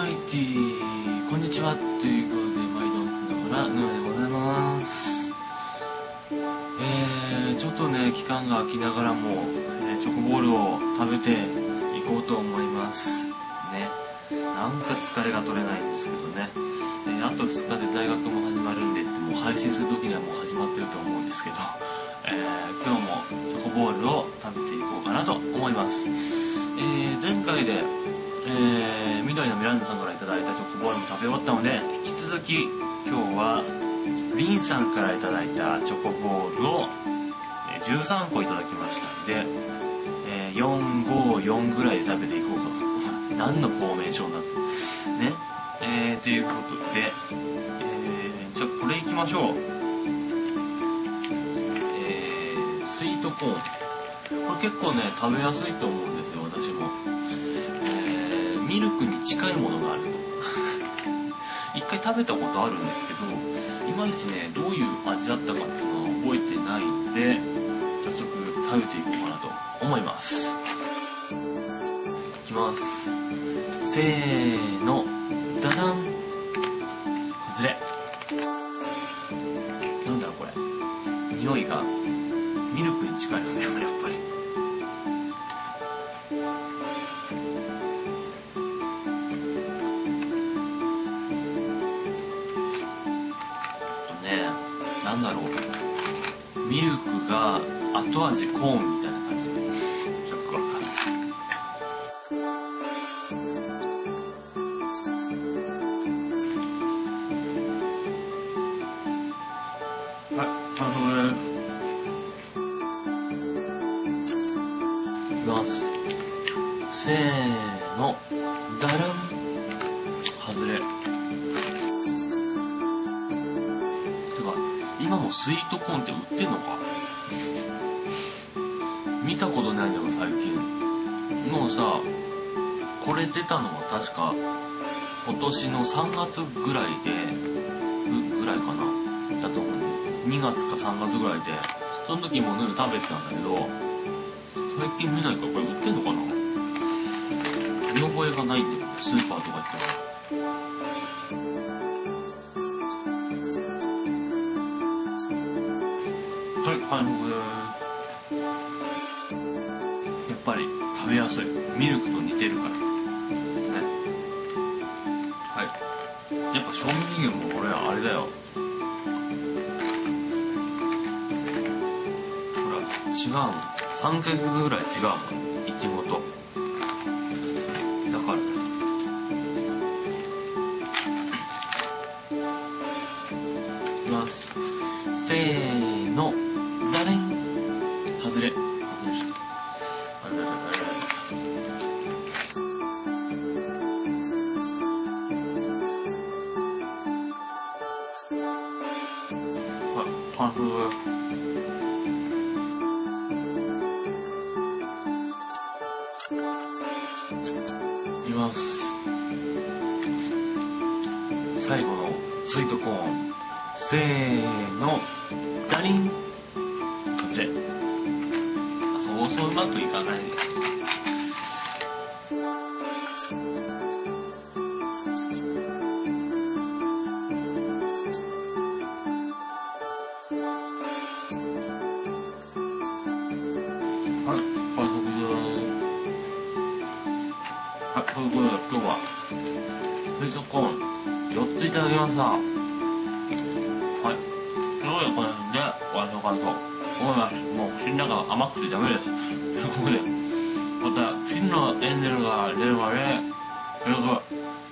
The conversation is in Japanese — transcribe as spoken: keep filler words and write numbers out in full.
はい、ティー、こんにちは。ということで、毎度、だから、ぬでございます。えー、ちょっとね、期間が空きながらも、えー、チョコボールを食べていこうと思います。ね。なんか疲れが取れないんですけどね。えー、あとふつかで大学も始まるんで、もう配信する時にはもう始まってると思うんですけど、えー、今日もチョコボールを食べていこうかなと思います。えー、前回で、えー、緑のミランダさんからいただいたチョコボールも食べ終わったので、引き続き今日はリンさんからいただいたチョコボールをじゅうさんこいただきましたので、えー、よん、ご、よんぐらいで食べていこうと。何のフォーメーションだって。ね。えー、ということで、えー、じゃあこれいきましょう。えー、スイートコーン。これ結構ね、食べやすいと思うんですよ、私も。えー、ミルクに近いものがあると。一回食べたことあるんですけど、いまいちね、どういう味だったかっていうのは覚えてないんで、早速食べていこうかなと思います。いきます。せーの、ダダン。外れ。なんだろうこれ。匂いがミルクに近いですね、やっぱり。ね、なんだろう。ミルクが後味コーンみたいな感じ。よくわかる。はい、完食です。いきます。せーの、ダラン。外れ。てか、今もスイートコーンって売ってんのか？見たことないんだよ、最近。もうさ、これ出たのは確か、今年のさんがつぐらいで、ぐ、ぐらいかなだと思う。にがつかさんがつぐらいで、その時もヌー食べてたんだけど、最近見ないからこれ売ってんのかな？見覚えがないんだよね、スーパーとか行っても。はい、完食でーす。やっぱり食べやすい。ミルクと似てるから。ね。はい。やっぱ賞味期限もこれあれだよ。ほら、違うもん。さんかげつぐらい違うもん。いちごと。だから。いきます。せーの。ダレン。外れ。外れした。あれだれだれだれ。はい、完食です。いきます。最後のスイートコーン。せーの。ダリン。外れ。そうそううまくいかないです。はい、完食でーす。はい、ということで今日はスイートコーンよっついただきました。はい。ということでこの辺で終わりのかなと思います。もう口の中が甘くてダメです。ということで、また真のエンゼルが出るまで、よろしく。